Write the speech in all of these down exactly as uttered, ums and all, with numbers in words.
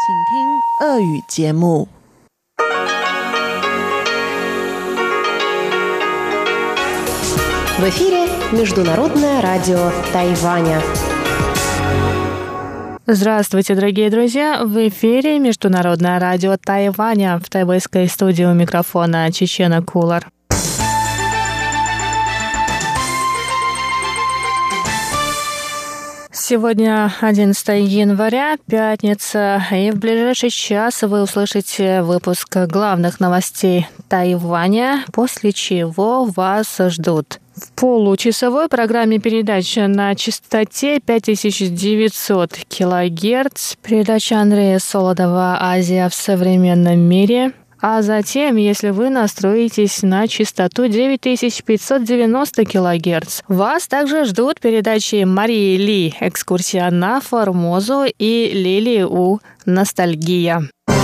В эфире Международное радио Тайваня. Здравствуйте, дорогие друзья! В эфире Международное радио Тайваня. В тайвайской студии у микрофона Чечена Кулар. Сегодня одиннадцатое января, пятница, и в ближайший час вы услышите выпуск главных новостей Тайваня, после чего вас ждут в получасовой программе передач на частоте пять тысяч девятьсот килогерц передача Андрея Солодова «Азия в современном мире». А затем, если вы настроитесь на частоту девять тысяч пятьсот девяносто килогерц, вас также ждут передачи Марии Ли «Экскурсия на Формозу» и Лили У «Ностальгия».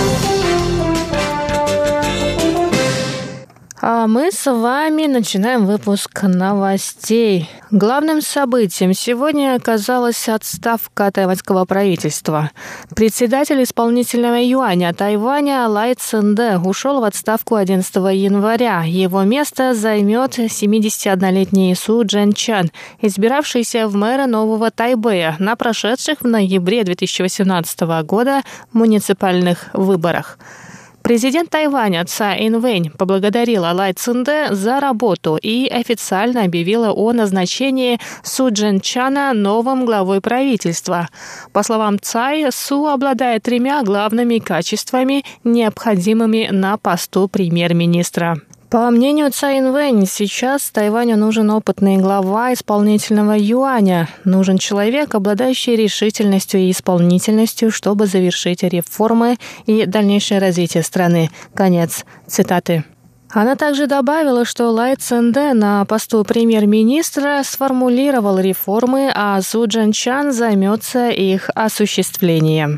А мы с вами начинаем выпуск новостей. Главным событием сегодня оказалась отставка тайваньского правительства. Председатель исполнительного юаня Тайваня Лай Цзинде ушел в отставку одиннадцатого января. Его место займет семидесятиоднолетний Су Чжэньчан, избиравшийся в мэра Нового Тайбэя на прошедших в ноябре две тысячи восемнадцатого года муниципальных выборах. Президент Тайваня Цай Инвэнь поблагодарила Лай Цзинде за работу и официально объявила о назначении Су Чжэньчана новым главой правительства. По словам Цай, Су обладает тремя главными качествами, необходимыми на посту премьер-министра. По мнению Цай Инвэнь, сейчас Тайваню нужен опытный глава исполнительного юаня. Нужен человек, обладающий решительностью и исполнительностью, чтобы завершить реформы и дальнейшее развитие страны. Конец цитаты. Она также добавила, что Лай Цзинде на посту премьер-министра сформулировал реформы, а Су Чжэньчан займется их осуществлением.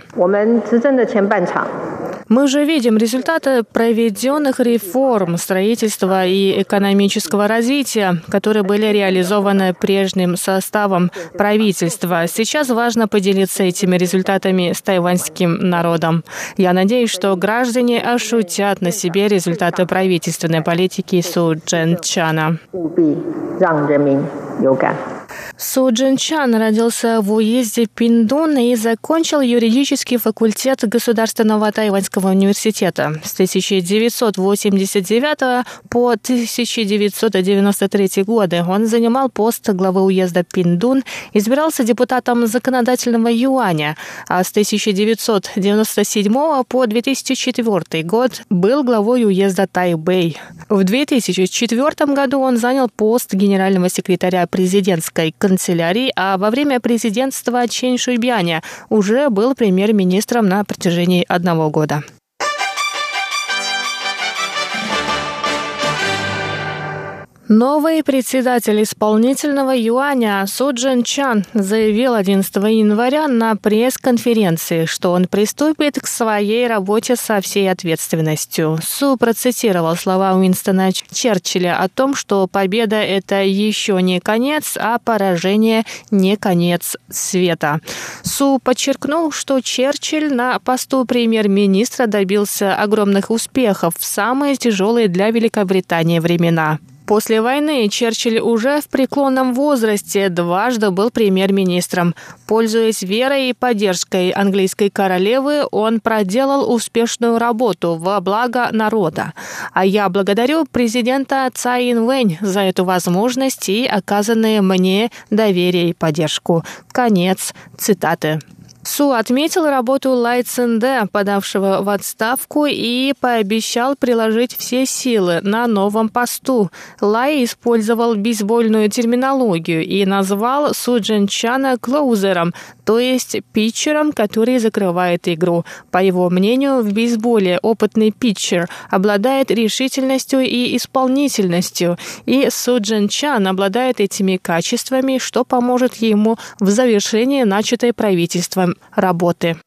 Мы уже видим результаты проведенных реформ, строительства и экономического развития, которые были реализованы прежним составом правительства. Сейчас важно поделиться этими результатами с тайваньским народом. Я надеюсь, что граждане ощутят на себе результаты правительственной политики Су Чжэньчана. Су Чжэньчан родился в уезде Пиндун и закончил юридический факультет Государственного тайваньского университета. С тысяча девятьсот восемьдесят девятого по тысяча девятьсот девяносто третий годы он занимал пост главы уезда Пиндун, избирался депутатом законодательного юаня, а с тысяча девятьсот девяносто седьмого по две тысячи четвёртый год был главой уезда Тайбэй. В две тысячи четвёртом году он занял пост генерального секретаря президентской канцелярии, а во время президентства Чэнь Шуйбяня уже был премьер-министром на протяжении одного года. Новый председатель исполнительного юаня Су Чжэньчан заявил одиннадцатого января на пресс-конференции, что он приступит к своей работе со всей ответственностью. Су процитировал слова Уинстона Черчилля о том, что победа – это еще не конец, а поражение – не конец света. Су подчеркнул, что Черчилль на посту премьер-министра добился огромных успехов в самые тяжелые для Великобритании времена. После войны Черчилль уже в преклонном возрасте дважды был премьер-министром. Пользуясь верой и поддержкой английской королевы, он проделал успешную работу во благо народа. А я благодарю президента Цай Инвэнь за эту возможность и оказанные мне доверие и поддержку. Конец цитаты. Су отметил работу Лай Цзинде, подавшего в отставку, и пообещал приложить все силы на новом посту. Лай использовал бейсбольную терминологию и назвал Су Чжэньчана клоузером, то есть питчером, который закрывает игру. По его мнению, в бейсболе опытный питчер обладает решительностью и исполнительностью, и Су Чжэньчан обладает этими качествами, что поможет ему в завершении начатой правительством работы.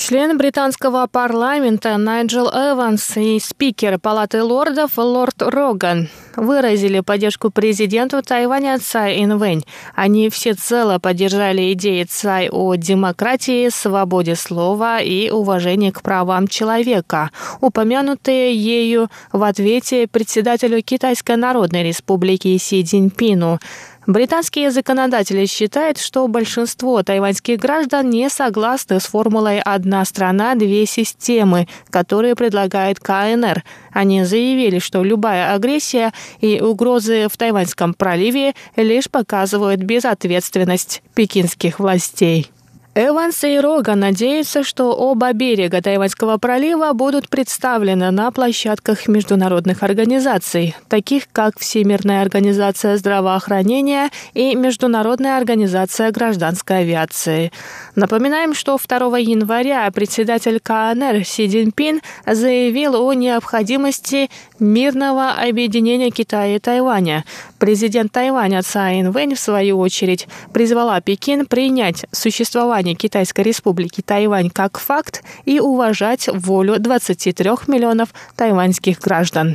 Член британского парламента Найджел Эванс и спикер Палаты лордов лорд Роган выразили поддержку президенту Тайваня Цай Инвэнь. Они всецело поддержали идеи Цай о демократии, свободе слова и уважении к правам человека, упомянутые ею в ответе председателю Китайской Народной Республики Си Цзиньпину. Британские законодатели считают, что большинство тайваньских граждан не согласны с формулой «одна страна, две системы», которую предлагает ка эн эр. Они заявили, что любая агрессия и угрозы в Тайваньском проливе лишь показывают безответственность пекинских властей. Эванс и Роган надеются, что оба берега Тайваньского пролива будут представлены на площадках международных организаций, таких как Всемирная организация здравоохранения и Международная организация гражданской авиации. Напоминаем, что второго января председатель ка эн эр Си Цзиньпин заявил о необходимости мирного объединения Китая и Тайваня. Президент Тайваня Цай Инвэнь, в свою очередь, призвала Пекин принять существование Китайской республики Тайвань как факт и уважать волю двадцати трёх миллионов тайваньских граждан.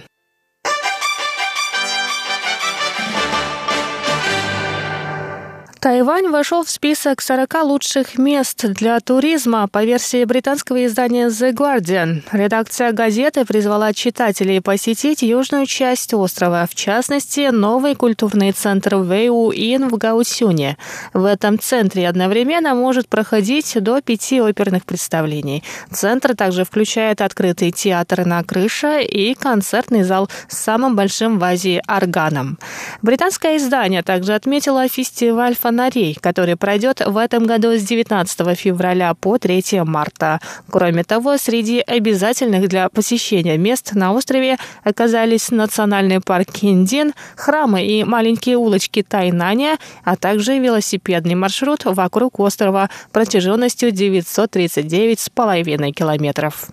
Тайвань вошел в список сорока лучших мест для туризма по версии британского издания The Guardian. Редакция газеты призвала читателей посетить южную часть острова, в частности, новый культурный центр Вэйу-Ин в Гаосюне. В этом центре одновременно может проходить до пяти оперных представлений. Центр также включает открытый театр на крыше и концертный зал с самым большим в Азии органом. Британское издание также отметило фестиваль фонарей, который пройдет в этом году с девятнадцатого февраля по третьего марта. Кроме того, среди обязательных для посещения мест на острове оказались национальный парк Киндин, храмы и маленькие улочки Тайнаня, а также велосипедный маршрут вокруг острова протяженностью девятьсот тридцать девять с половиной километров.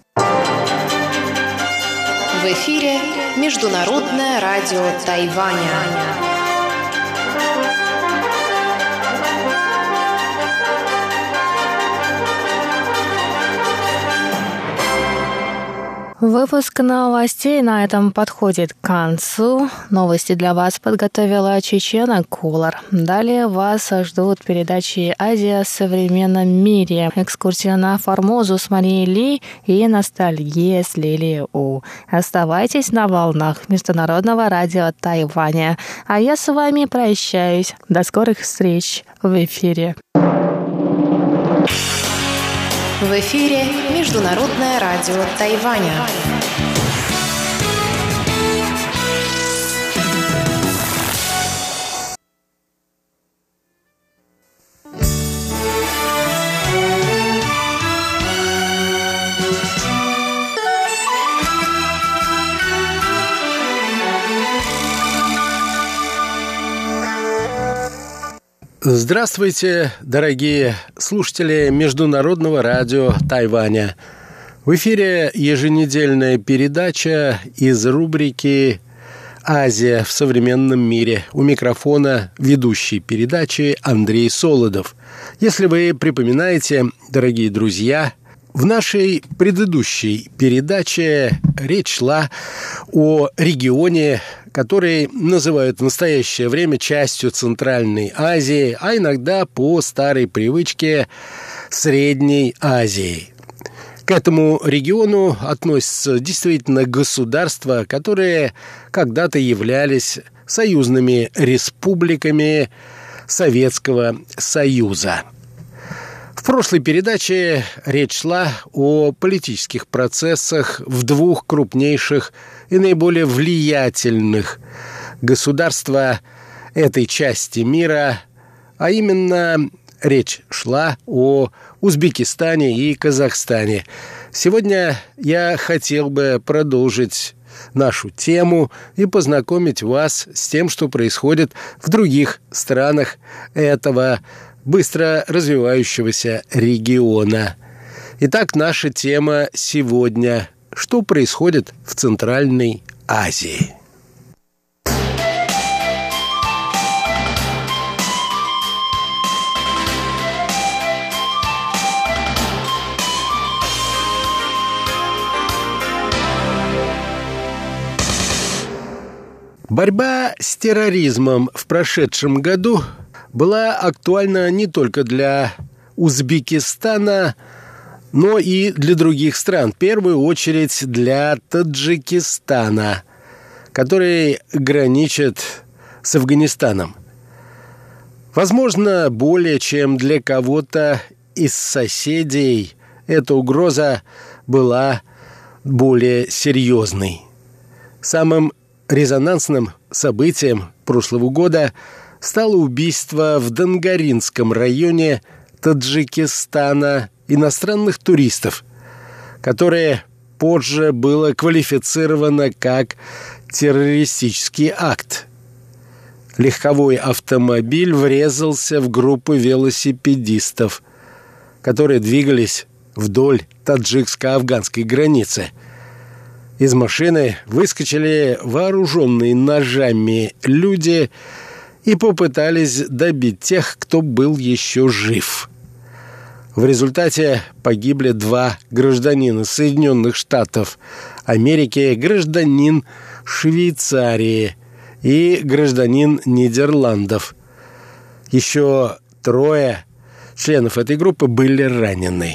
В эфире Международное радио Тайваня. Выпуск новостей на этом подходит к концу. Новости для вас подготовила Чечена Кулар. Далее вас ждут передачи «Азия в современном мире», экскурсия на Формозу с Марией Ли и ностальгия с Лилией У. Оставайтесь на волнах Международного радио Тайваня. А я с вами прощаюсь. До скорых встреч в эфире. В эфире Международное радио Тайваня. Здравствуйте, дорогие слушатели Международного радио Тайваня. В эфире еженедельная передача из рубрики «Азия в современном мире». У микрофона ведущий передачи Андрей Солодов. Если вы припоминаете, дорогие друзья, в нашей предыдущей передаче речь шла о регионе, который называют в настоящее время частью Центральной Азии, а иногда по старой привычке Средней Азией. К этому региону относятся действительно государства, которые когда-то являлись союзными республиками Советского Союза. В прошлой передаче речь шла о политических процессах в двух крупнейших и наиболее влиятельных государствах этой части мира, а именно речь шла о Узбекистане и Казахстане. Сегодня я хотел бы продолжить нашу тему и познакомить вас с тем, что происходит в других странах этого быстро развивающегося региона. Итак, наша тема сегодня: что происходит в Центральной Азии? Борьба с терроризмом в прошедшем году была актуальна не только для Узбекистана, но и для других стран, в первую очередь для Таджикистана, который граничит с Афганистаном. Возможно, более чем для кого-то из соседей эта угроза была более серьезной. Самым резонансным событием прошлого года стало убийство в Донгаринском районе Таджикистана иностранных туристов, которое позже было квалифицировано как террористический акт. Легковой автомобиль врезался в группу велосипедистов, которые двигались вдоль таджикско-афганской границы. Из машины выскочили вооруженные ножами люди и попытались добить тех, кто был еще жив. В результате погибли два гражданина Соединенных Штатов Америки, гражданин Швейцарии и гражданин Нидерландов. Еще трое членов этой группы были ранены.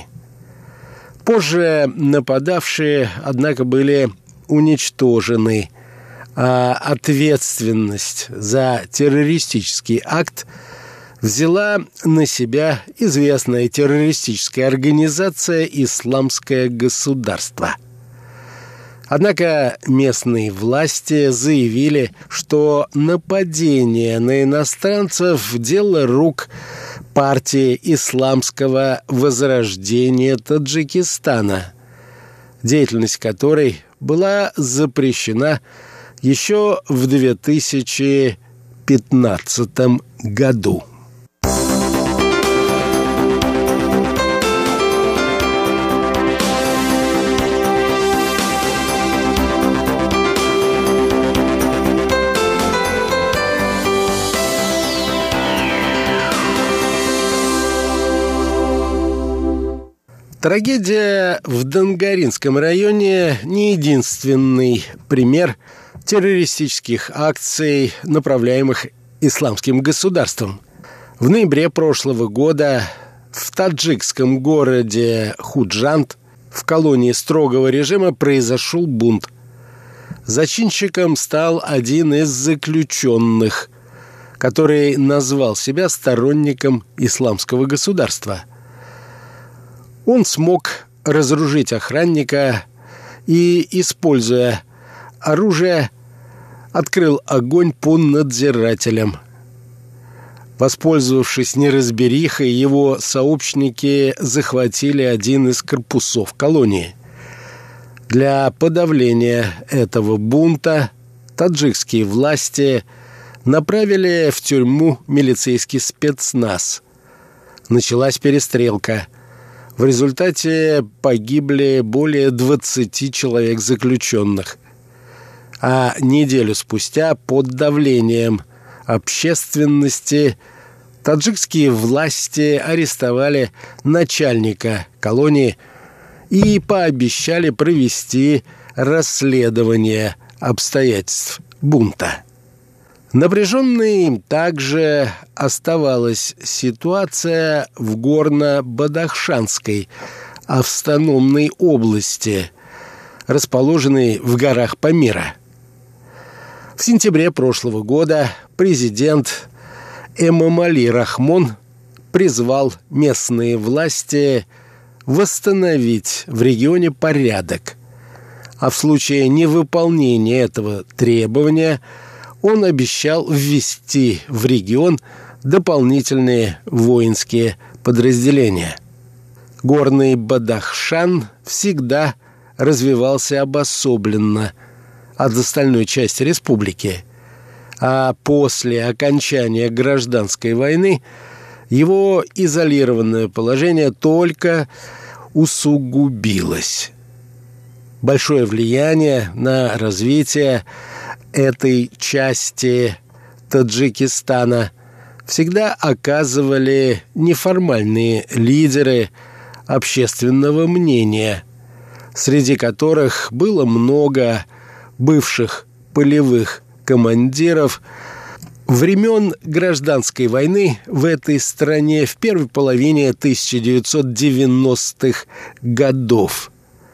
Позже нападавшие, однако, были уничтожены, а ответственность за террористический акт взяла на себя известная террористическая организация «Исламское государство». Однако местные власти заявили, что нападение на иностранцев – дело рук партии Исламского возрождения Таджикистана, деятельность которой была запрещена еще в две тысячи пятнадцатом году. Трагедия в Донгаринском районе не единственный пример террористических акций, направляемых исламским государством. В ноябре прошлого года в таджикском городе Худжанд в колонии строгого режима произошел бунт. Зачинщиком стал один из заключенных, который назвал себя сторонником исламского государства. Он смог разоружить охранника и, используя оружие, открыл огонь по надзирателям. Воспользовавшись неразберихой, его сообщники захватили один из корпусов колонии. Для подавления этого бунта таджикские власти направили в тюрьму милицейский спецназ. Началась перестрелка. В результате погибли более двадцати человек заключенных. А неделю спустя, под давлением общественности, таджикские власти арестовали начальника колонии и пообещали провести расследование обстоятельств бунта. Напряженной также оставалась ситуация в Горно-Бадахшанской автономной области, расположенной в горах Памира. В сентябре прошлого года президент Эмомали Рахмон призвал местные власти восстановить в регионе порядок, а в случае невыполнения этого требования он обещал ввести в регион дополнительные воинские подразделения. Горный Бадахшан всегда развивался обособленно от остальной части республики, а после окончания гражданской войны его изолированное положение только усугубилось. Большое влияние на развитие этой части Таджикистана всегда оказывали неформальные лидеры общественного мнения, среди которых было много бывших полевых командиров времен гражданской войны в этой стране в первой половине тысяча девятьсот девяностых годов.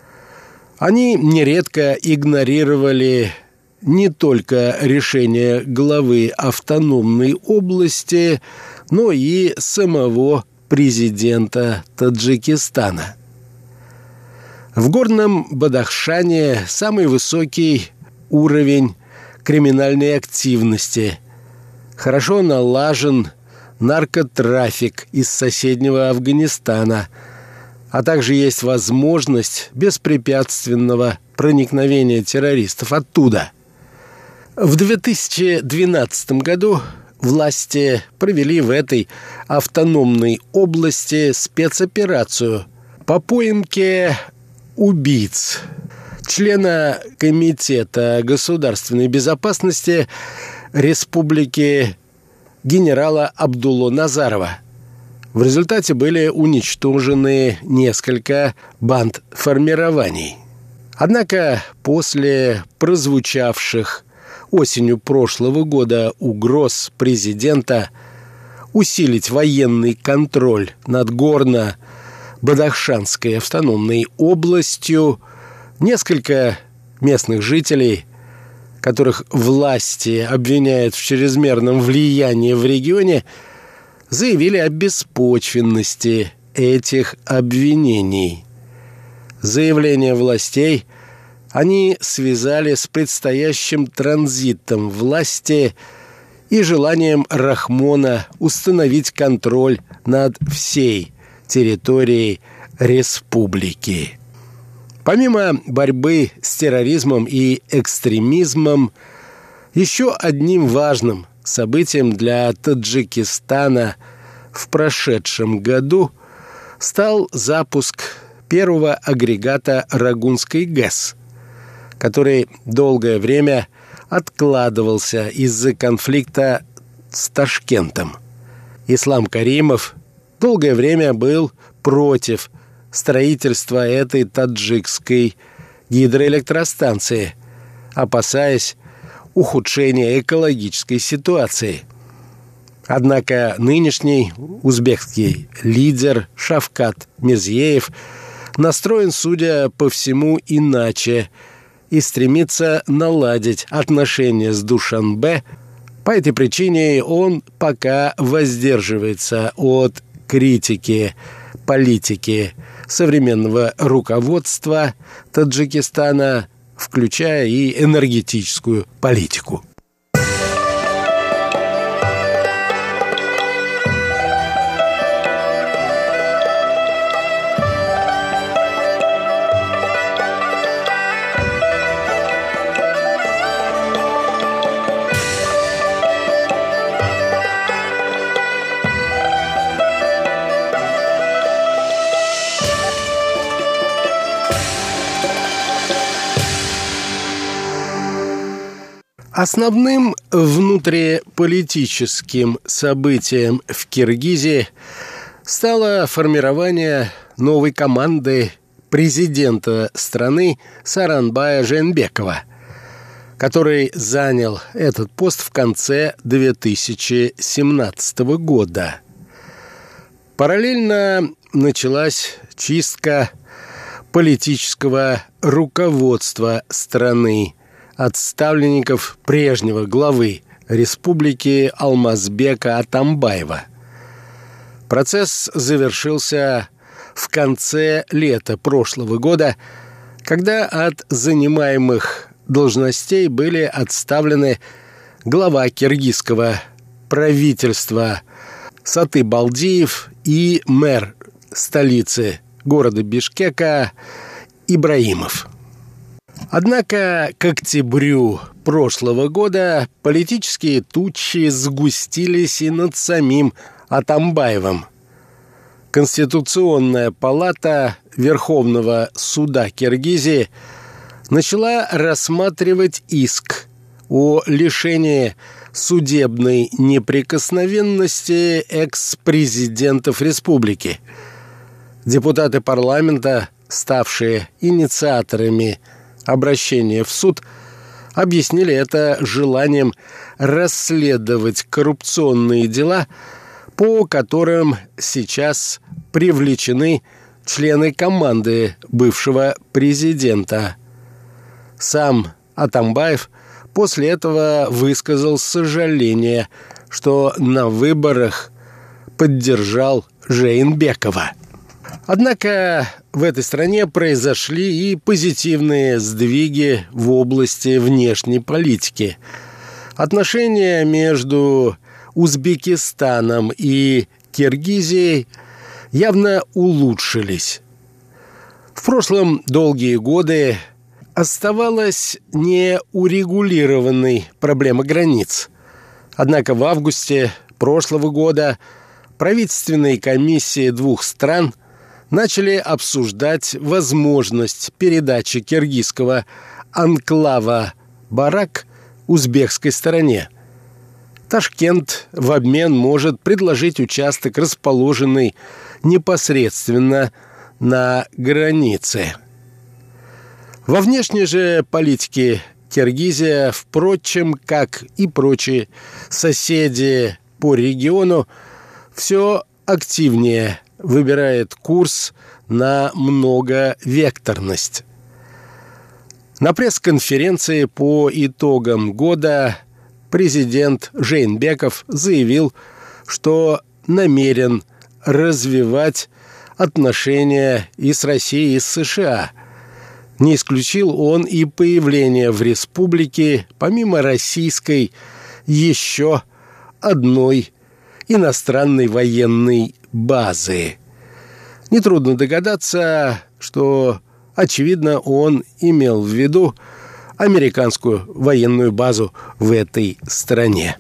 Они нередко игнорировали не только решения главы автономной области, но и самого президента Таджикистана. В Горном Бадахшане самый высокий уровень криминальной активности. Хорошо налажен наркотрафик из соседнего Афганистана, а также есть возможность беспрепятственного проникновения террористов оттуда. В две тысячи двенадцатом году власти провели в этой автономной области спецоперацию по поимке убийц члена Комитета государственной безопасности Республики генерала Абдулло Назарова. В результате были уничтожены несколько бандформирований. Однако после прозвучавших осенью прошлого года угроз президента усилить военный контроль над Горно-Бадахшанской автономной областью, несколько местных жителей, которых власти обвиняют в чрезмерном влиянии в регионе, заявили о беспочвенности этих обвинений. Заявление властей они связали с предстоящим транзитом власти и желанием Рахмона установить контроль над всей территорией республики. Помимо борьбы с терроризмом и экстремизмом, еще одним важным событием для Таджикистана в прошедшем году стал запуск первого агрегата Рагунской ГЭС, который долгое время откладывался из-за конфликта с Ташкентом. Ислам Каримов долгое время был против строительства этой таджикской гидроэлектростанции, опасаясь ухудшения экологической ситуации. Однако нынешний узбекский лидер Шавкат Мирзиеев настроен, судя по всему, иначе и стремится наладить отношения с Душанбе. По этой причине он пока воздерживается от критики политики современного руководства Таджикистана, включая и энергетическую политику. Основным внутриполитическим событием в Киргизии стало формирование новой команды президента страны Сооронбая Жээнбекова, который занял этот пост в конце две тысячи семнадцатого года. Параллельно началась чистка политического руководства страны от ставленников прежнего главы республики Алмазбека Атамбаева. Процесс завершился в конце лета прошлого года, когда от занимаемых должностей были отставлены глава киргизского правительства Саты Балдиев и мэр столицы города Бишкека Ибраимов. Однако к октябрю прошлого года политические тучи сгустились и над самим Атамбаевым. Конституционная палата Верховного суда Киргизии начала рассматривать иск о лишении судебной неприкосновенности экс-президентов республики. Депутаты парламента, ставшие инициаторами обращения в суд, объяснили это желанием расследовать коррупционные дела, по которым сейчас привлечены члены команды бывшего президента. Сам Атамбаев после этого высказал сожаление, что на выборах поддержал Жээнбекова. Однако в этой стране произошли и позитивные сдвиги в области внешней политики. Отношения между Узбекистаном и Киргизией явно улучшились. В прошлом долгие годы оставалась неурегулированной проблема границ. Однако в августе прошлого года правительственные комиссии двух стран начали обсуждать возможность передачи киргизского анклава Барак узбекской стороне. Ташкент в обмен может предложить участок, расположенный непосредственно на границе. Во внешней же политике Киргизия, впрочем, как и прочие соседи по региону, все активнее выбирает курс на многовекторность. На пресс-конференции по итогам года президент Жээнбеков заявил, что намерен развивать отношения и с Россией, и с США. Не исключил он и появление в республике, помимо российской, еще одной иностранной военной базы. Нетрудно догадаться, что, очевидно, он имел в виду американскую военную базу в этой стране.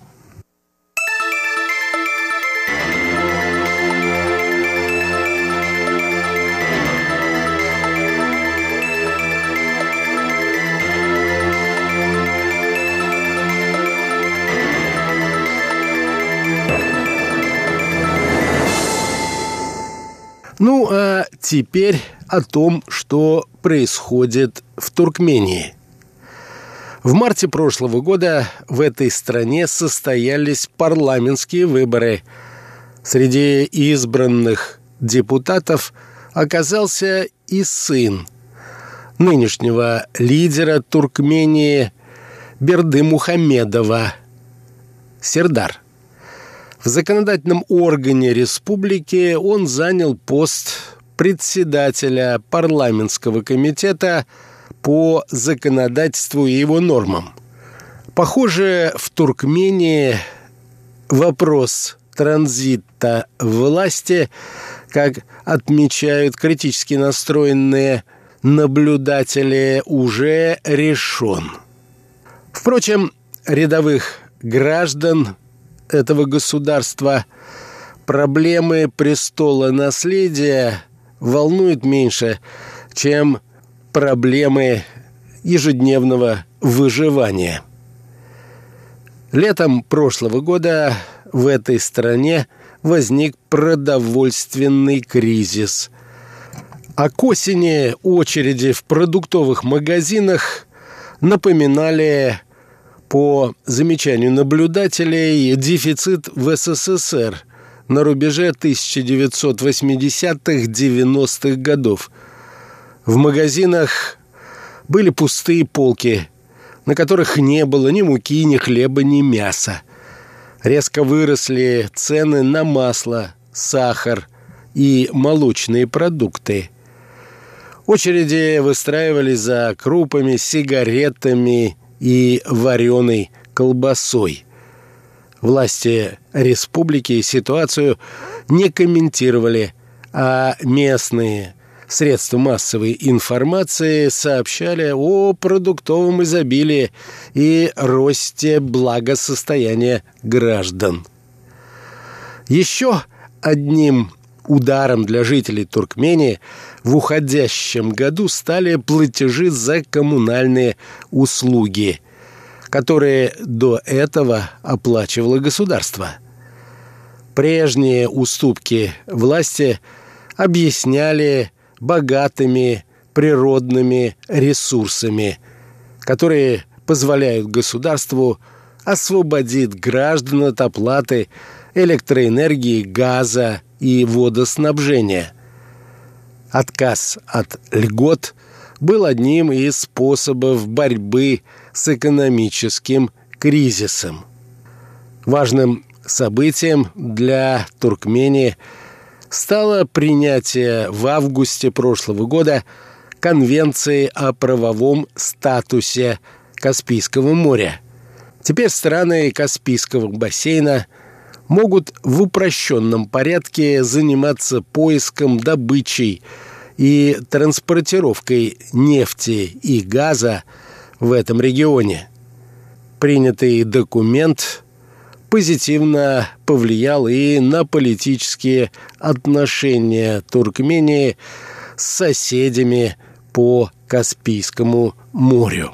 Ну, а теперь о том, что происходит в Туркмении. В марте прошлого года в этой стране состоялись парламентские выборы. Среди избранных депутатов оказался и сын нынешнего лидера Туркмении Бердымухамедова, Сердар. В законодательном органе республики он занял пост председателя парламентского комитета по законодательству и его нормам. Похоже, в Туркмении вопрос транзита власти, как отмечают критически настроенные наблюдатели, уже решен. Впрочем, рядовых граждан этого государства проблемы престола наследия волнуют меньше, чем проблемы ежедневного выживания. Летом прошлого года в этой стране возник продовольственный кризис. А к осени очереди в продуктовых магазинах напоминали, по замечанию наблюдателей, дефицит в СССР на рубеже тысяча девятьсот восьмидесятых-девяностых годов. В магазинах были пустые полки, на которых не было ни муки, ни хлеба, ни мяса. Резко выросли цены на масло, сахар и молочные продукты. Очереди выстраивались за крупами, сигаретами и вареной колбасой. Власти республики ситуацию не комментировали, а местные средства массовой информации сообщали о продуктовом изобилии и росте благосостояния граждан. Еще одним ударом для жителей Туркмении в уходящем году стали платежи за коммунальные услуги, которые до этого оплачивало государство. Прежние уступки власти объясняли богатыми природными ресурсами, которые позволяют государству освободить граждан от оплаты электроэнергии, газа и водоснабжения. Отказ от льгот был одним из способов борьбы с экономическим кризисом. Важным событием для Туркмении стало принятие в августе прошлого года Конвенции о правовом статусе Каспийского моря. Теперь страны Каспийского бассейна могут в упрощенном порядке заниматься поиском, добычей и транспортировкой нефти и газа в этом регионе. Принятый документ позитивно повлиял и на политические отношения Туркмении с соседями по Каспийскому морю.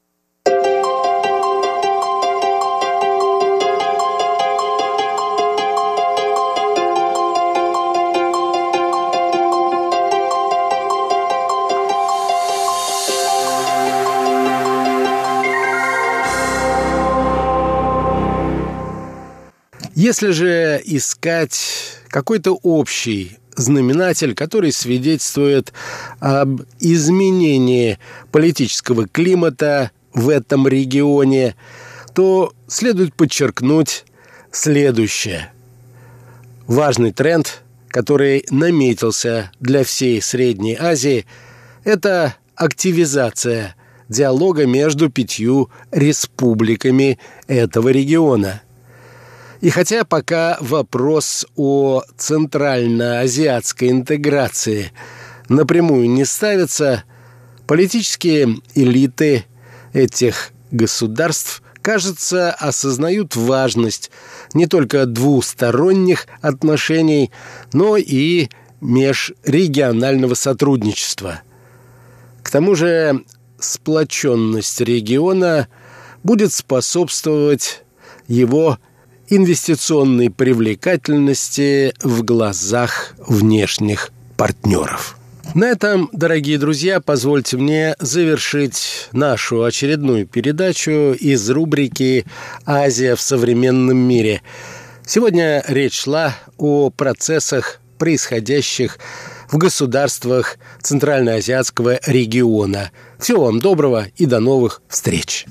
Если же искать какой-то общий знаменатель, который свидетельствует об изменении политического климата в этом регионе, то следует подчеркнуть следующее. Важный тренд, который наметился для всей Средней Азии, это активизация диалога между пятью республиками этого региона. И хотя пока вопрос о центральноазиатской интеграции напрямую не ставится, политические элиты этих государств, кажется, осознают важность не только двусторонних отношений, но и межрегионального сотрудничества. К тому же сплоченность региона будет способствовать его инвестиционной привлекательности в глазах внешних партнеров. На этом, дорогие друзья, позвольте мне завершить нашу очередную передачу из рубрики «Азия в современном мире». Сегодня речь шла о процессах, происходящих в государствах Центральноазиатского региона. Всего вам доброго и до новых встреч!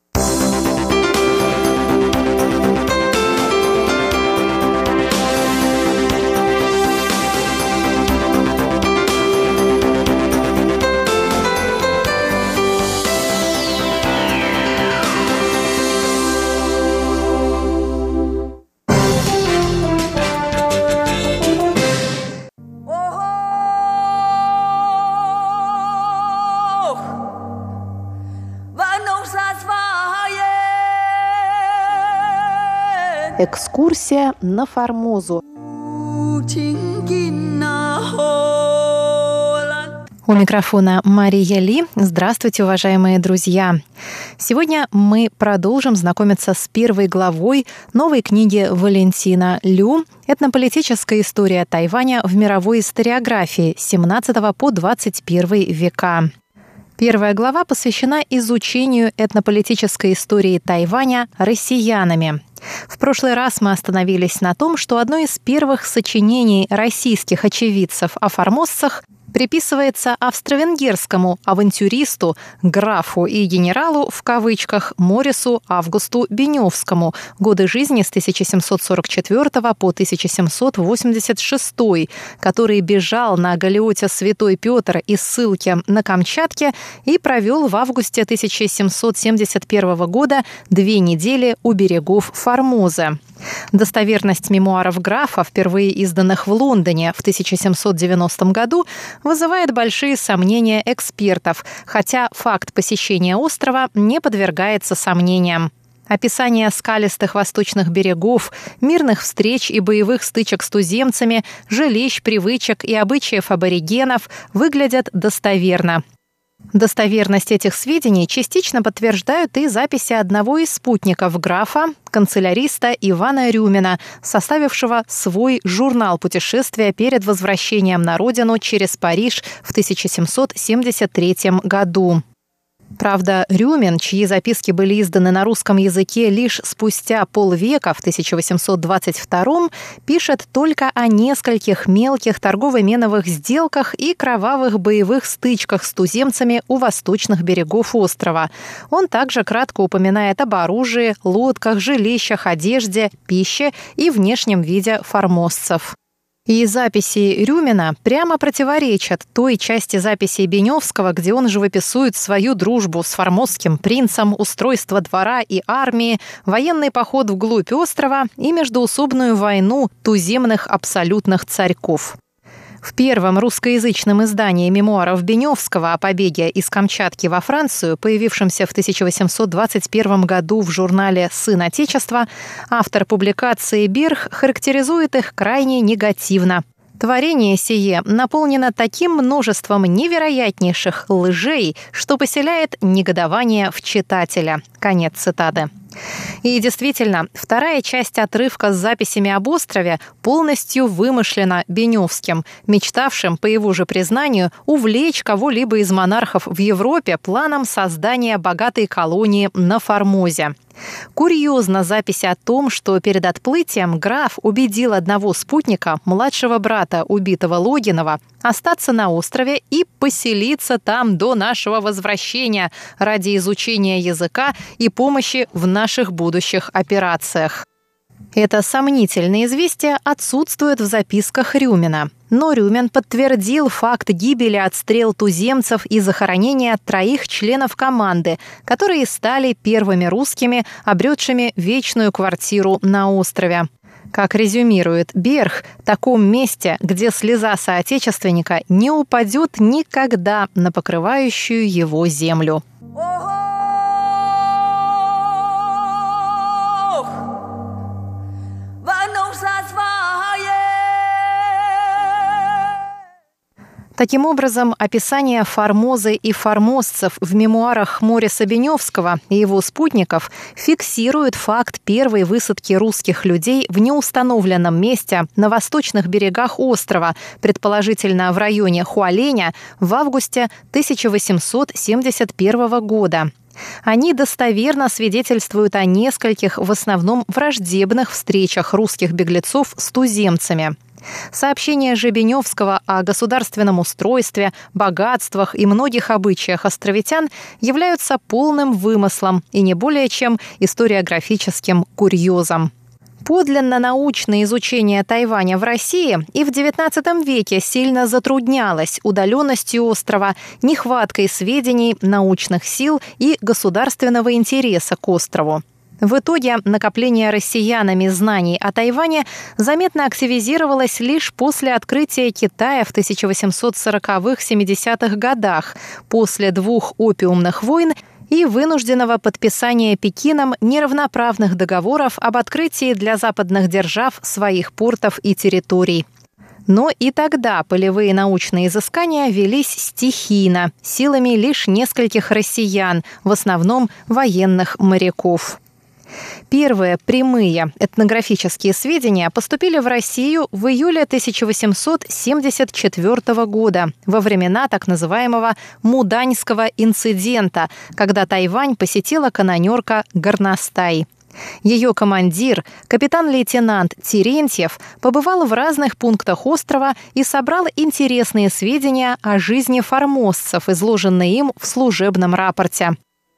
Экскурсия на Формозу. У микрофона Мария Ли. Здравствуйте, уважаемые друзья! Сегодня мы продолжим знакомиться с первой главой новой книги Валентина Лю «Этнополитическая история Тайваня в мировой историографии с семнадцатого по двадцать первый века». Первая глава посвящена изучению этнополитической истории Тайваня россиянами. В прошлый раз мы остановились на том, что одно из первых сочинений российских очевидцев о формозцах приписывается австро-венгерскому авантюристу, графу и генералу, в кавычках, Морису Августу Беневскому, годы жизни с тысяча семьсот сорок четвёртого по тысяча семьсот восемьдесят шестой, который бежал на галеоте «Святой Петр» из ссылки на Камчатке и провел в августе тысяча семьсот семьдесят первого года две недели у берегов Формозы. Достоверность мемуаров графа, впервые изданных в Лондоне в тысяча семьсот девяностом году, вызывает большие сомнения экспертов, хотя факт посещения острова не подвергается сомнениям. Описание скалистых восточных берегов, мирных встреч и боевых стычек с туземцами, жилищ, привычек и обычаев аборигенов выглядят достоверно. Достоверность этих сведений частично подтверждают и записи одного из спутников графа, канцеляриста Ивана Рюмина, составившего свой журнал путешествия перед возвращением на родину через Париж в тысяча семьсот семьдесят третьем году. Правда, Рюмин, чьи записки были изданы на русском языке лишь спустя полвека, в тысяча восемьсот двадцать втором, пишет только о нескольких мелких торгово-меновых сделках и кровавых боевых стычках с туземцами у восточных берегов острова. Он также кратко упоминает об оружии, лодках, жилищах, одежде, пище и внешнем виде формозцев. И записи Рюмина прямо противоречат той части записей Беневского, где он живописует свою дружбу с формозским принцем, устройство двора и армии, военный поход вглубь острова и междоусобную войну туземных абсолютных царьков. В первом русскоязычном издании мемуаров Беневского о побеге из Камчатки во Францию, появившемся в тысяча восемьсот двадцать первом году в журнале «Сын Отечества», автор публикации Берх характеризует их крайне негативно. Творение сие наполнено таким множеством невероятнейших лжей, что поселяет негодование в читателя. Конец цитаты. И действительно, вторая часть отрывка с записями об острове полностью вымышлена Беневским, мечтавшим, по его же признанию, увлечь кого-либо из монархов в Европе планом создания богатой колонии на Формозе. Курьезна запись о том, что перед отплытием граф убедил одного спутника, младшего брата убитого Логинова, остаться на острове и поселиться там до нашего возвращения ради изучения языка и помощи в наших будущих операциях. Это сомнительное известие отсутствует в записках Рюмина. Но Рюмин подтвердил факт гибели от стрел туземцев и захоронения троих членов команды, которые стали первыми русскими, обретшими вечную квартиру на острове. Как резюмирует Берх, в таком месте, где слеза соотечественника не упадет никогда на покрывающую его землю. Таким образом, описание Формозы и формозцев в мемуарах Мориса Беневского и его спутников фиксирует факт первой высадки русских людей в неустановленном месте на восточных берегах острова, предположительно в районе Хуаленя, в августе тысяча восемьсот семьдесят первого года. Они достоверно свидетельствуют о нескольких, в основном враждебных встречах русских беглецов с туземцами. Сообщения же Беневского о государственном устройстве, богатствах и многих обычаях островитян являются полным вымыслом и не более чем историографическим курьезом. Подлинно научное изучение Тайваня в России и в девятнадцатом веке сильно затруднялось удаленностью острова, нехваткой сведений, научных сил и государственного интереса к острову. В итоге накопление россиянами знаний о Тайване заметно активизировалось лишь после открытия Китая в тысяча восемьсот сороковых-семидесятых годах, после двух опиумных войн и вынужденного подписания Пекином неравноправных договоров об открытии для западных держав своих портов и территорий. Но и тогда полевые научные изыскания велись стихийно, силами лишь нескольких россиян, в основном военных моряков. Первые прямые этнографические сведения поступили в Россию в июле тысяча восемьсот семьдесят четвёртого года, во времена так называемого Муданьского инцидента, когда Тайвань посетила канонерка «Горностай». Ее командир, капитан-лейтенант Терентьев, побывал в разных пунктах острова и собрал интересные сведения о жизни формозцев, изложенные им в служебном рапорте.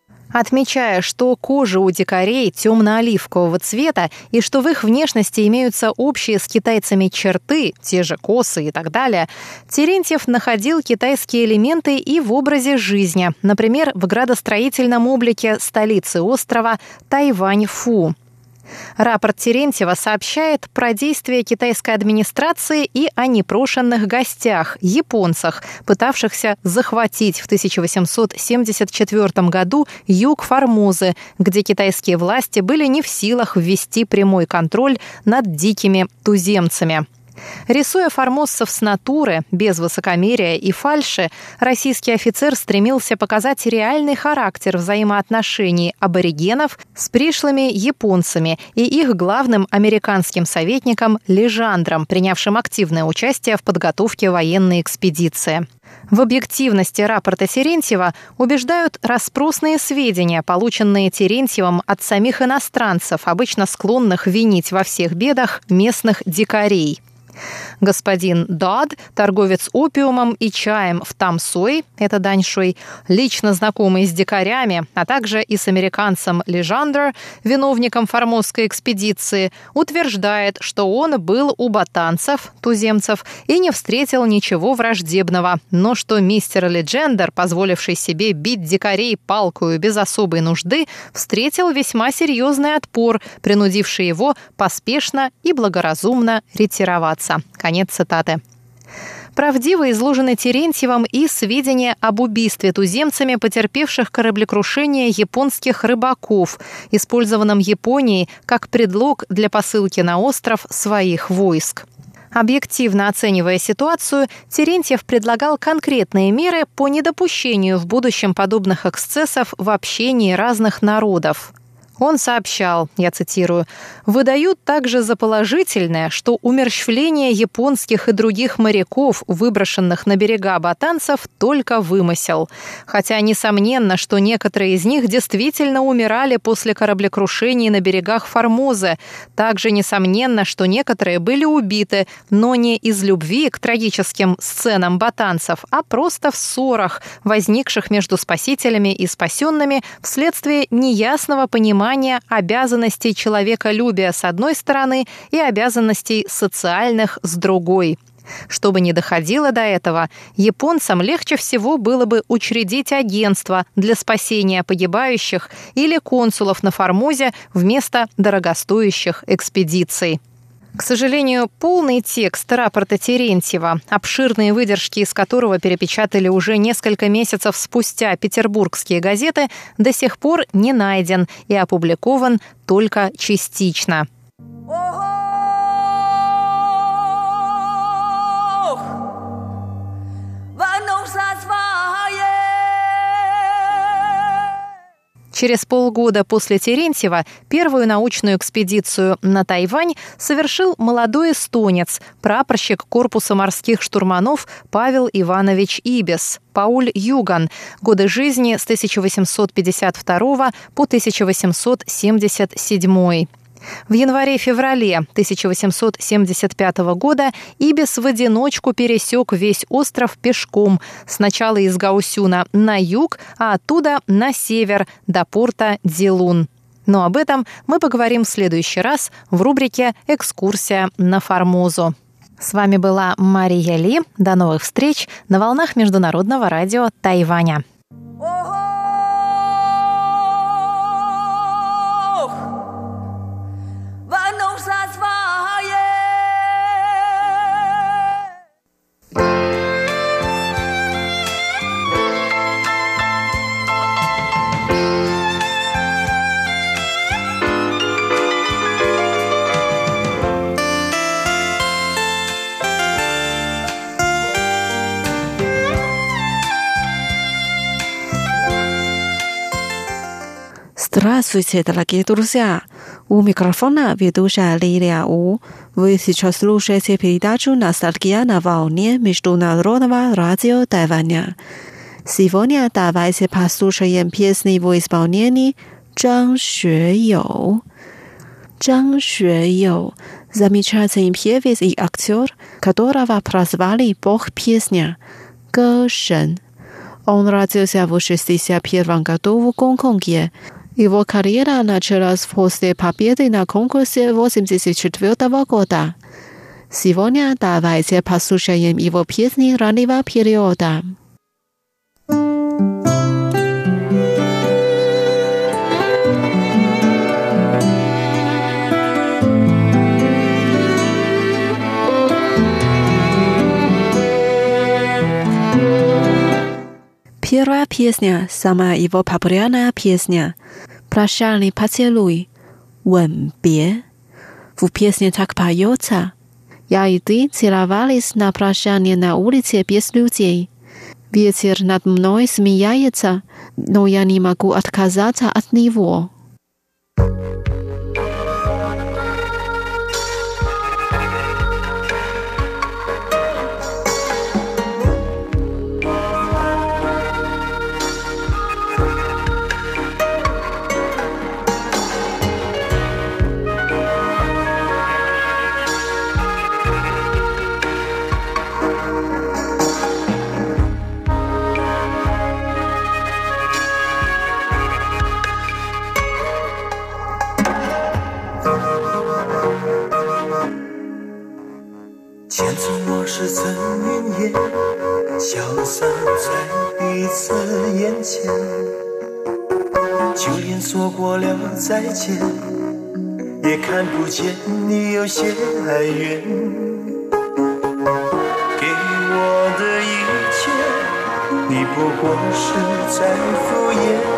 Отмечая, что кожа у дикарей темно-оливкового цвета и что в их внешности имеются общие с китайцами черты, те же косы и так далее, Терентьев находил китайские элементы и в образе жизни, например, в градостроительном облике столицы острова Тайвань-Фу. Рапорт Терентьева сообщает про действия китайской администрации и о непрошенных гостях, японцах, пытавшихся захватить в тысяча восемьсот семьдесят четвёртом году юг Формозы, где китайские власти были не в силах ввести прямой контроль над дикими туземцами. Рисуя формоссов с натуры, без высокомерия и фальши, российский офицер стремился показать реальный характер взаимоотношений аборигенов с пришлыми японцами и их главным американским советником Лежандром, принявшим активное участие в подготовке военной экспедиции. В объективности рапорта Терентьева убеждают распросные сведения, полученные Терентьевым от самих иностранцев, обычно склонных винить во всех бедах местных дикарей. Господин Дод, торговец опиумом и чаем в Тамсой, это Даньшуй, лично знакомый с дикарями, а также и с американцем Лежандр, виновником формозской экспедиции, утверждает, что он был у ботанцев, туземцев, и не встретил ничего враждебного, но что мистер Лежандр, позволивший себе бить дикарей палкою без особой нужды, встретил весьма серьезный отпор, принудивший его поспешно и благоразумно ретироваться. Конец цитаты. Правдиво изложены Терентьевым и сведения об убийстве туземцами потерпевших кораблекрушение японских рыбаков, использованном Японией как предлог для посылки на остров своих войск. Объективно оценивая ситуацию, Терентьев предлагал конкретные меры по недопущению в будущем подобных эксцессов в общении разных народов. Он сообщал, я цитирую, «выдают также за положительное, что умерщвление японских и других моряков, выброшенных на берега ботанцев, только вымысел. Хотя несомненно, что некоторые из них действительно умирали после кораблекрушений на берегах Формозы. Также несомненно, что некоторые были убиты, но не из любви к трагическим сценам ботанцев, а просто в ссорах, возникших между спасителями и спасенными вследствие неясного понимания обязанностей человеколюбия с одной стороны и обязанностей социальных с другой. Чтобы не доходило до этого, японцам легче всего было бы учредить агентство для спасения погибающих или консулов на Формозе вместо дорогостоящих экспедиций. К сожалению, полный текст рапорта Терентьева, обширные выдержки из которого перепечатали уже несколько месяцев спустя петербургские газеты, до сих пор не найден и опубликован только частично. Через полгода после Терентьева первую научную экспедицию на Тайвань совершил молодой эстонец, прапорщик корпуса морских штурманов Павел Иванович Ибис, Пауль Юган, годы жизни с тысяча восемьсот пятьдесят второго по тысяча восемьсот семьдесят седьмой. В январе-феврале тысяча восемьсот семьдесят пятого года Ибис в одиночку пересек весь остров пешком, сначала из Гаосюна на юг, а оттуда на север, до порта Дилун. Но об этом мы поговорим в следующий раз в рубрике «Экскурсия на Формозу». С вами была Мария Ли. До новых встреч на волнах Международного радио Тайваня. Здравствуйте, дорогие друзья! У микрофона ведущая Лилия У. Вы сейчас слушаете передачу «Ностальгия на волне» Международного радио Тайваня. Сегодня давайте послушаем песни в исполнении Чжан Xueyou. Чжан Xueyou – замечательный певец и актер, которого прозвали «Бог песня» – Гэ Шэн. Он родился в шестьдесят первом году в Гонконге. Его карьера началась после победы на конкурсе восемьдесят четвёртого года. Сегодня давайте послушаем его песни раннего периода. Первая песня, самая его популярная песня. «Прощальный поцелуй», «吻别». В песне так поется: Я и ты целовались на прощание на улице без людей. Ветер над мной смеяется, но я не могу отказаться от него. 就连说过了再见，也看不见你有些哀怨。给我的一切，你不过是在敷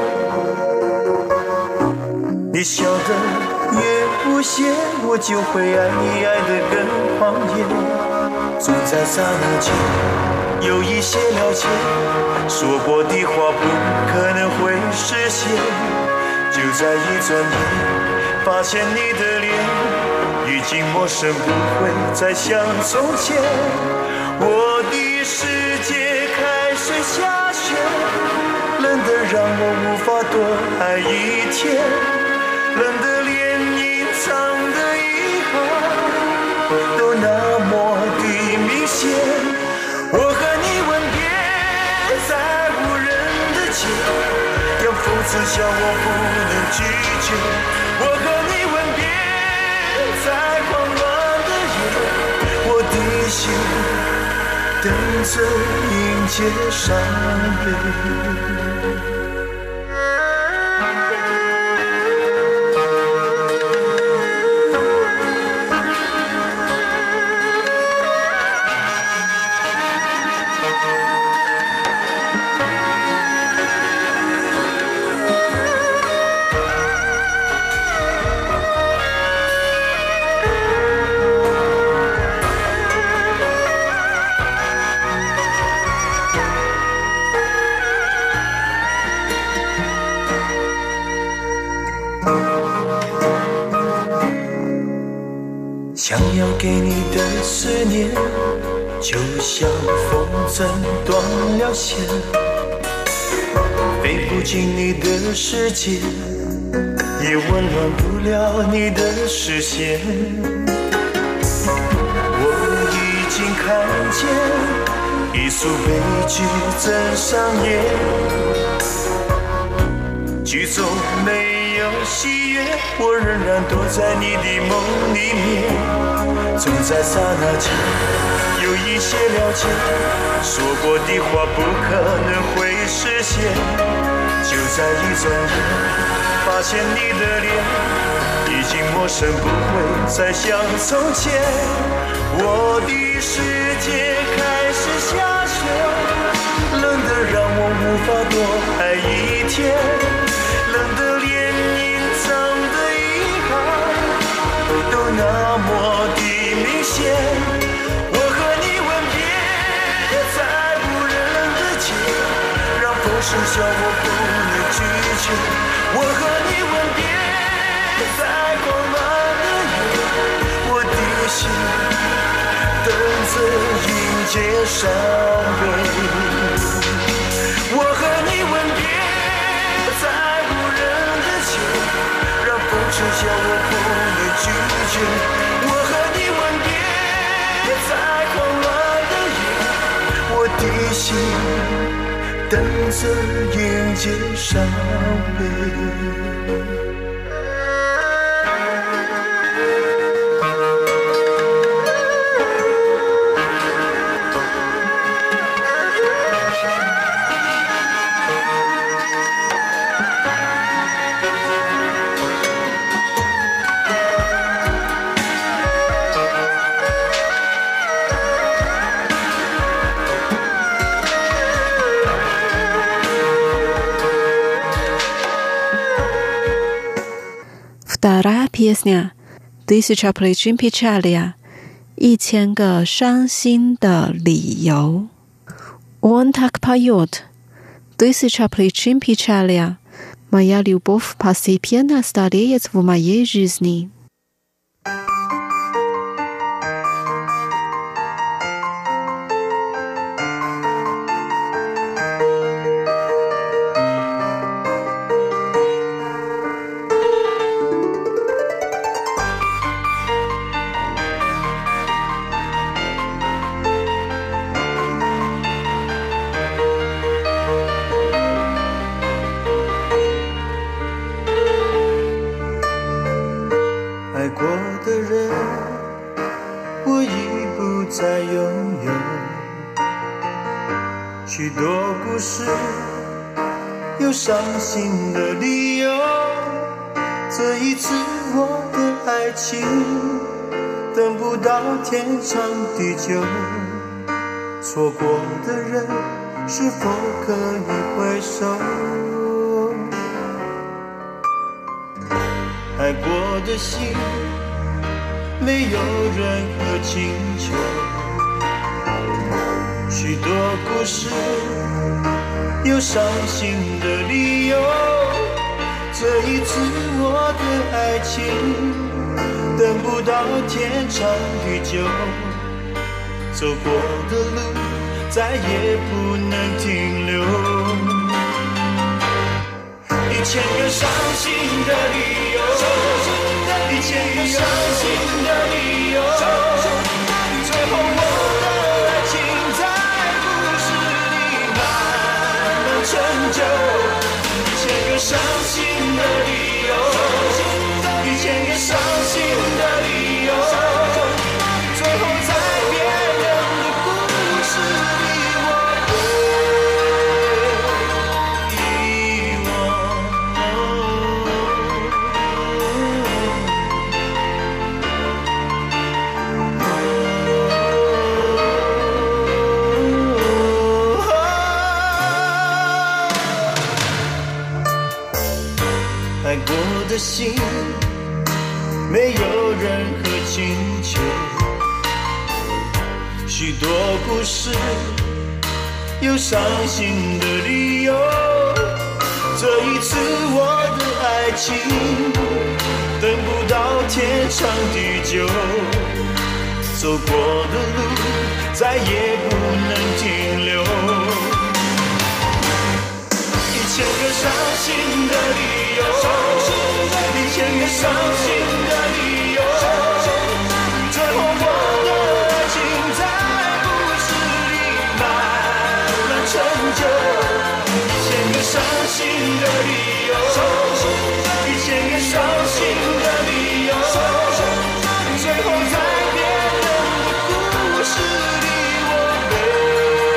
衍。你笑得越无邪，我就会爱你爱得更狂野。总在刹那间有一些了解，说过的话不可能会实现。就在一转眼，发现你的脸已经陌生，不会再像从前。我的世界开始下雪，冷得让我无法多爱一天，冷得连隐藏的遗憾都那么的明显。我和你吻别在无人的街，让讽刺笑我不能拒绝。我和你吻别在狂乱的夜，我的心等着迎接伤悲。想要给你的思念，就像风筝断了线，飞不进你的世界，也温暖不了你的视线。我已经看见一出悲剧正上演，剧中没有喜悦，我仍然躲在你的梦里面。总在刹那间有一些了解，说过的话不可能会实现。就在一转眼，发现你的脸已经陌生，不会再像从前。我的世界开始下雪，冷得让我无法多爱一天，冷得连隐藏的遗憾都那么的明显。我和你吻别在无人的街，让风声笑我不能拒绝。我和你吻别在狂乱的夜，我的心等着迎接伤悲。我和你吻别在无人的街，让风声笑我不能拒绝。我和你吻别在狂乱的夜，我的心等着迎接伤悲。 Вторая песня «Тысяча причин печали». 一千个伤心的理由. Он так поет. Тысяча причин печали. Моя любовь постепенно стареет в моей жизни. 伤心的理由，这一次我的爱情等不到天长地久，错过的人是否可以回首？爱过的心没有任何请求，许多故事有伤心的理由，这一次我的爱情等不到天长地久，走过的路再也不能停留。一千个伤心的理由，一千个伤心的理由，最后我的爱情在故事里慢慢成就。一千个伤心的理由，一千个伤心的理由，最后在别人的故事里我被遗忘。爱过的心没有任何请求，许多故事有伤心的理由，这一次我的爱情等不到天长地久，走过的路再也不能停留。一千个伤心的理由，一千个伤心的理由，最后我的爱情在故事里慢慢成就。一千个伤心的理由，一千个伤心的理由，最后在别人的故事里我被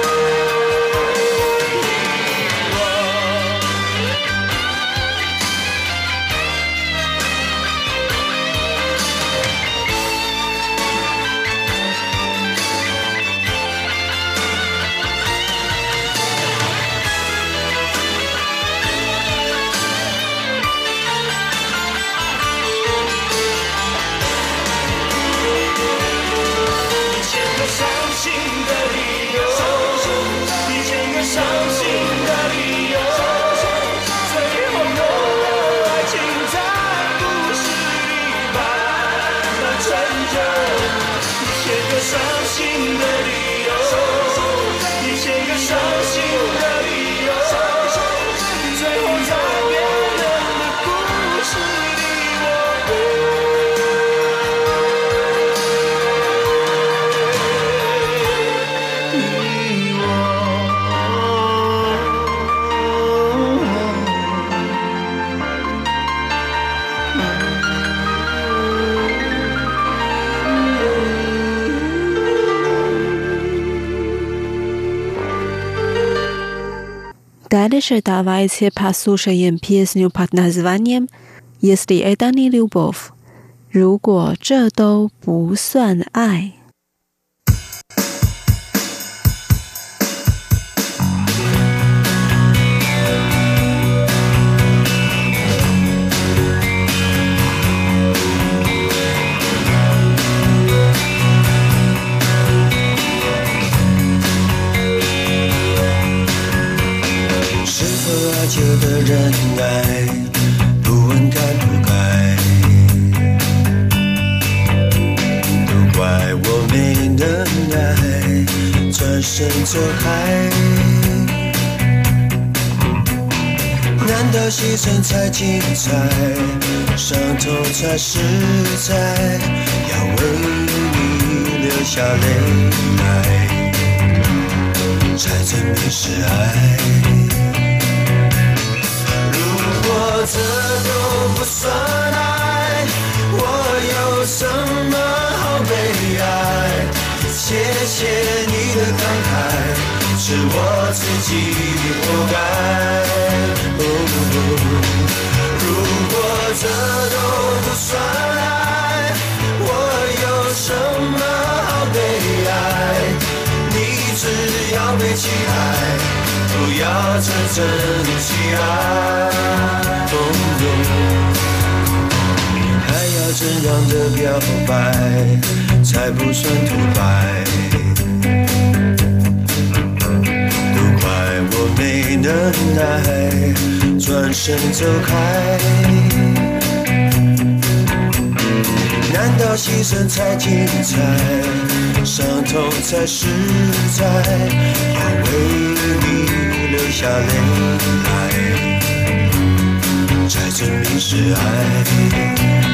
Дальше давайте послушаем песню под названием «Если это не любовь», 如果这都不算爱。 久的忍耐，不问该不该，都怪我没能耐，转身走开。难道牺牲才精彩，伤痛才实在，要为你流下泪来，才证明是爱。如果这都不算爱，我有什么好悲哀？谢谢你的慷慨，是我自己活该。哦，如果这都不算爱，我有什么好悲哀？你只要被期待，不要真正起爱。哦，还要怎样的表白才不算吐白？我没能耐，转身走开。难道牺牲才精彩，伤痛才实在？要为你流下泪来，才证明是爱。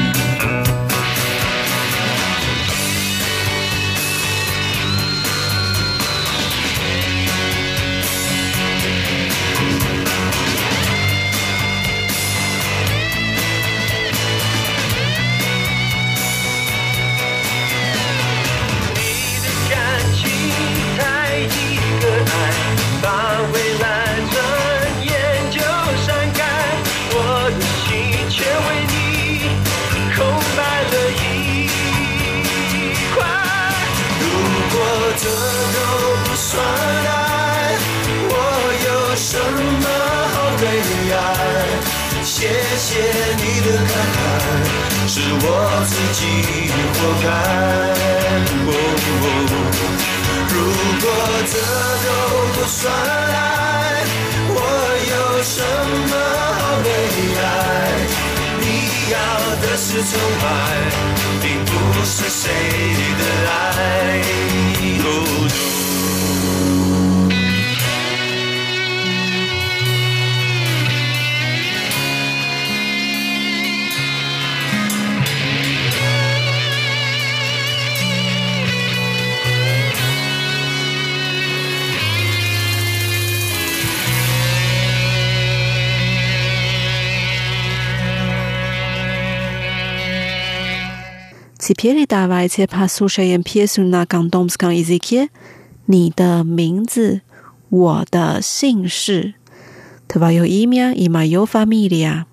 谢谢你的慷慨，是我自己活该。哦哦，如果这都不算爱，我有什么好悲哀？你要的是崇拜，并不是谁的爱。哦， Теперь давайте послушаем песню на гандомском языке «你的名字，我的姓氏» Твое имя и моя фамилия.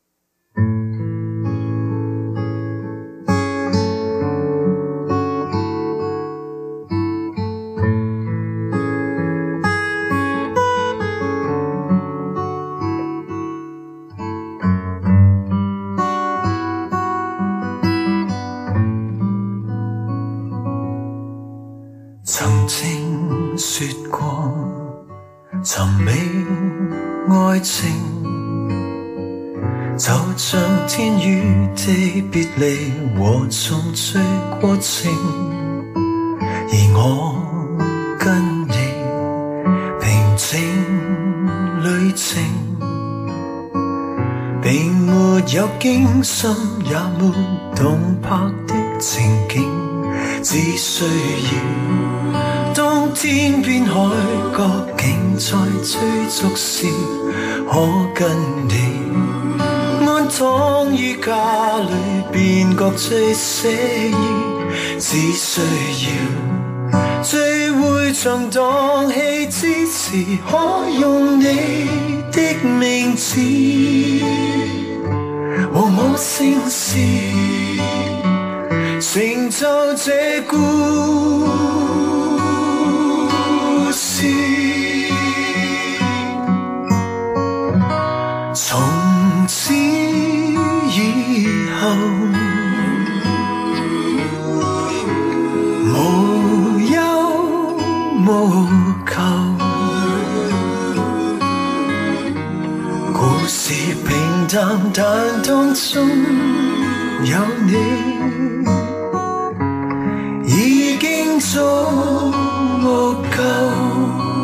曾經說過尋覓愛情，就像天與地別離和重聚過程，而我跟你平靜旅程，並沒有驚心也沒動魄的情景，只需要當天邊海角竟在追逐時，可跟你安躺於家裏便覺最寫意，只需要聚會場蕩氣之時，可用你的名字和我姓氏，成就這故事。從此以後，無憂無求， 故事平淡，但當中有你，已經足夠。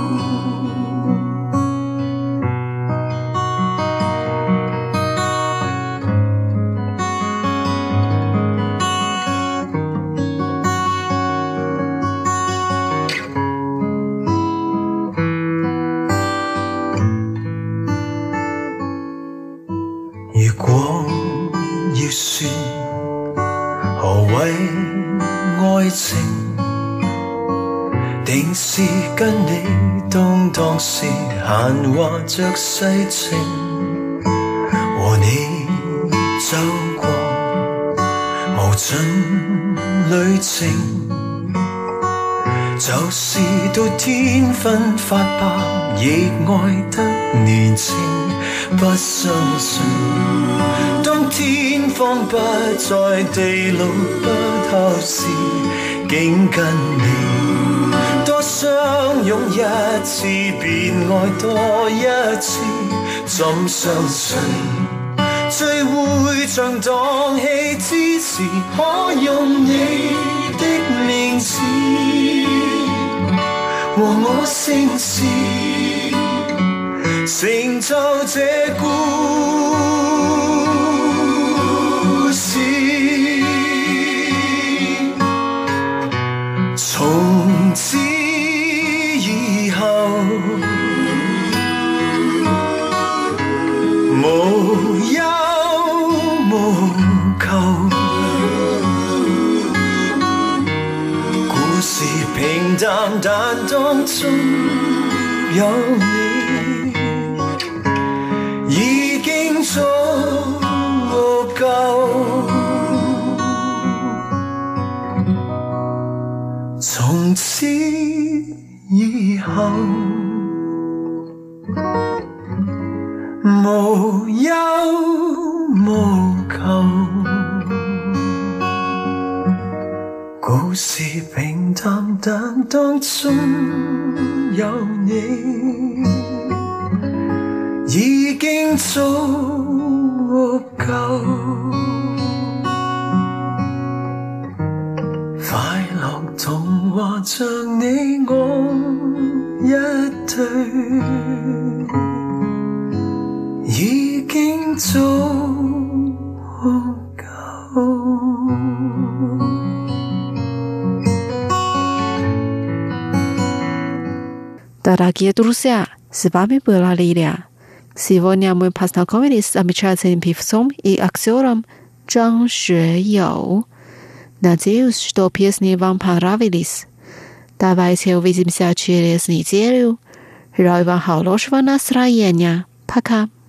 如果要說何謂愛情，定是跟你當當時閒話着世情，和你走過無盡旅程，就是到天昏發白亦愛得年輕。不相信當天荒不再地老不透時，竟跟你多相擁一次便愛多一次，怎相信最會像蕩氣之時，可用你的名字和我姓氏成就這故事，從此以後無憂無求，故事平淡，但當中有你，已經足夠。從此以後無憂無求，故事平淡，但當中有你，已經足夠。快樂童話像你我一對，已經足夠。 Дорогие друзья, с вами была Лилия. Сегодня мы познакомились с замечательным певцом и актером Чжан Xueyou. Надеюсь, что песни вам понравились. Давайте увидимся через неделю. Желаю вам хорошего настроения. Пока.